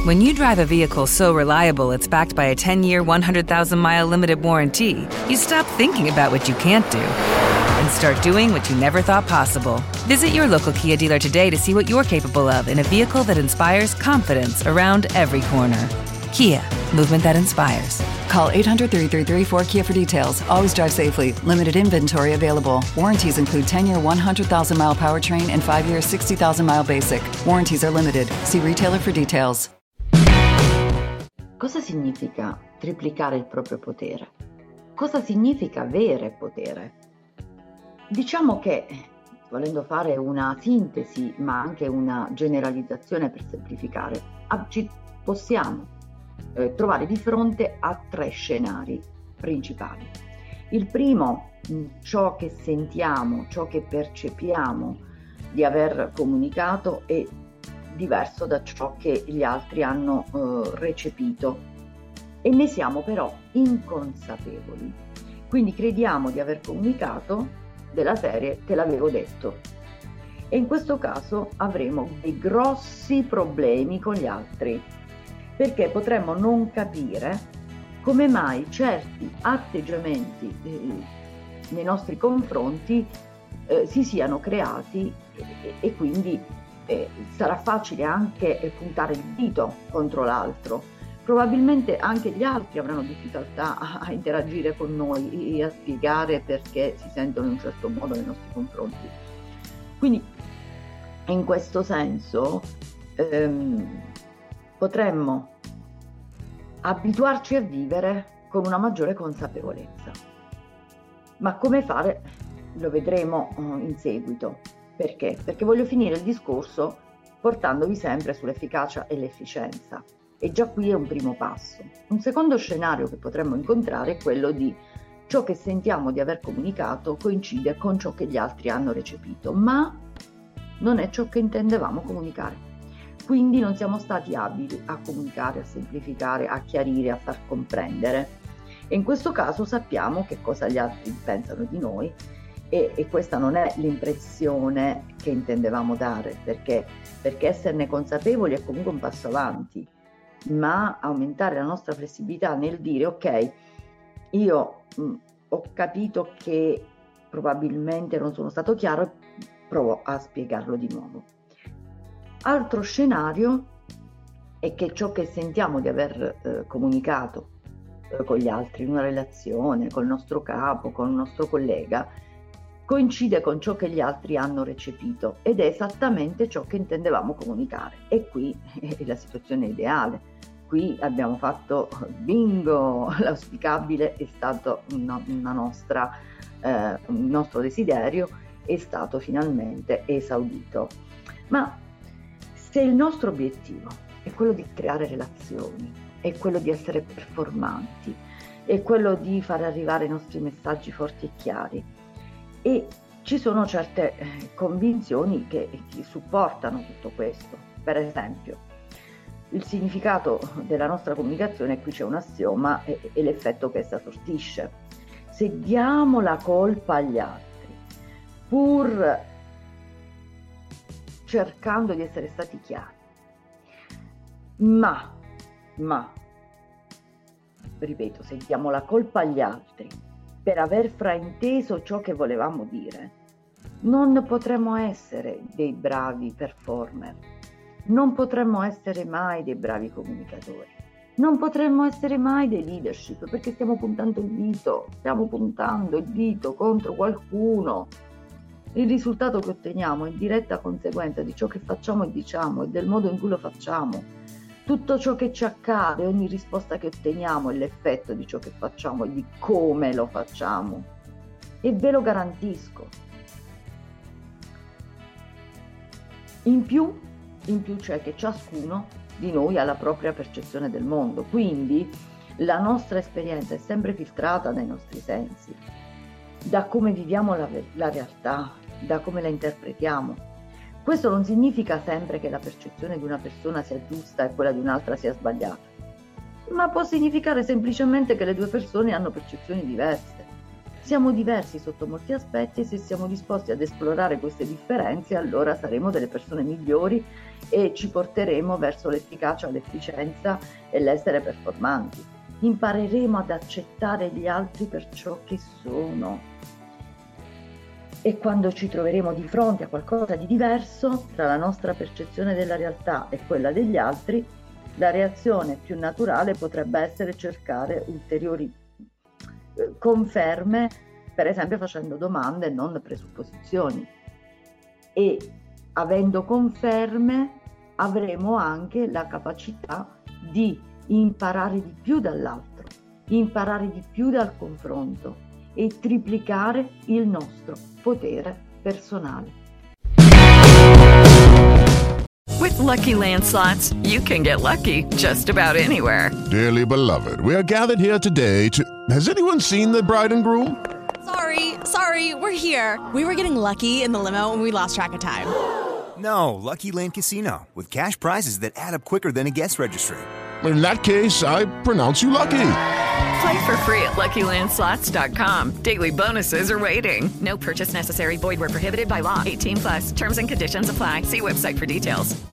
When you drive a vehicle so reliable it's backed by a 10-year, 100,000-mile limited warranty, you stop thinking about what you can't do and start doing what you never thought possible. Visit your local Kia dealer today to see what you're capable of in a vehicle that inspires confidence around every corner. Kia, movement that inspires. Call 800-333-4KIA for details. Always drive safely. Limited inventory available. Warranties include 10-year 100,000-mile powertrain and 5-year 60,000-mile basic. Warranties are limited. See retailer for details. Cosa significa triplicare il proprio potere? Cosa significa avere potere? Diciamo che, volendo fare una sintesi, ma anche una generalizzazione per semplificare, ci possiamo trovare di fronte a 3 scenari principali. Il primo, ciò che sentiamo, ciò che percepiamo di aver comunicato è diverso da ciò che gli altri hanno recepito e ne siamo però inconsapevoli. Quindi crediamo di aver comunicato della serie "te l'avevo detto", e in questo caso avremo dei grossi problemi con gli altri, perché potremmo non capire come mai certi atteggiamenti nei nostri confronti si siano creati e quindi sarà facile anche puntare il dito contro l'altro. Probabilmente anche gli altri avranno difficoltà a interagire con noi e a spiegare perché si sentono in un certo modo nei nostri confronti. Quindi in questo senso potremmo abituarci a vivere con una maggiore consapevolezza. Ma come fare? Lo vedremo in seguito. Perché? Perché voglio finire il discorso portandovi sempre sull'efficacia e l'efficienza. E già qui è un primo passo. Un secondo scenario che potremmo incontrare è quello di ciò che sentiamo di aver comunicato coincide con ciò che gli altri hanno recepito, ma non è ciò che intendevamo comunicare. Quindi non siamo stati abili a comunicare, a semplificare, a chiarire, a far comprendere. E in questo caso sappiamo che cosa gli altri pensano di noi e questa non è l'impressione che intendevamo dare, perché esserne consapevoli è comunque un passo avanti, ma aumentare la nostra flessibilità nel dire ok, io ho capito che probabilmente non sono stato chiaro e provo a spiegarlo di nuovo. Altro scenario è che ciò che sentiamo di aver comunicato con gli altri in una relazione, col nostro capo, con un nostro collega, coincide con ciò che gli altri hanno recepito ed è esattamente ciò che intendevamo comunicare. E qui è la situazione ideale. Qui abbiamo fatto bingo, l'auspicabile è stato un nostro desiderio, è stato finalmente esaudito. Ma se il nostro obiettivo è quello di creare relazioni, è quello di essere performanti, è quello di far arrivare i nostri messaggi forti e chiari, e ci sono certe convinzioni che supportano tutto questo. Per esempio, il significato della nostra comunicazione, qui c'è un assioma, è l'effetto che essa sortisce. Se diamo la colpa agli altri, pur cercando di essere stati chiari, ma, ripeto, se diamo la colpa agli altri per aver frainteso ciò che volevamo dire, non potremo essere dei bravi performer, non potremmo essere mai dei bravi comunicatori, non potremmo essere mai dei leadership, perché stiamo puntando il dito contro qualcuno. Il risultato che otteniamo è in diretta conseguenza di ciò che facciamo e diciamo e del modo in cui lo facciamo. Tutto ciò che ci accade, ogni risposta che otteniamo è l'effetto di ciò che facciamo e di come lo facciamo. E ve lo garantisco. In più c'è che ciascuno di noi ha la propria percezione del mondo, quindi la nostra esperienza è sempre filtrata dai nostri sensi, da come viviamo la realtà, da come la interpretiamo. Questo non significa sempre che la percezione di una persona sia giusta e quella di un'altra sia sbagliata, ma può significare semplicemente che le due persone hanno percezioni diverse. Siamo diversi sotto molti aspetti e se siamo disposti ad esplorare queste differenze, allora saremo delle persone migliori e ci porteremo verso l'efficacia, l'efficienza e l'essere performanti. Impareremo ad accettare gli altri per ciò che sono. E quando ci troveremo di fronte a qualcosa di diverso tra la nostra percezione della realtà e quella degli altri, la reazione più naturale potrebbe essere cercare ulteriori conferme, per esempio facendo domande e non presupposizioni. E avendo conferme avremo anche la capacità di imparare di più dall'altro, imparare di più dal confronto e triplicare il nostro potere personale. With Lucky Land Slots, you can get lucky just about anywhere. Dearly beloved, we are gathered here today to... Has anyone seen the bride and groom? Sorry, we're here. We were getting lucky in the limo and we lost track of time. No, Lucky Land Casino, with cash prizes that add up quicker than a guest registry. In that case, I pronounce you lucky. Play for free at LuckyLandSlots.com. Daily bonuses are waiting. No purchase necessary. Void where prohibited by law. 18+. Terms and conditions apply. See website for details.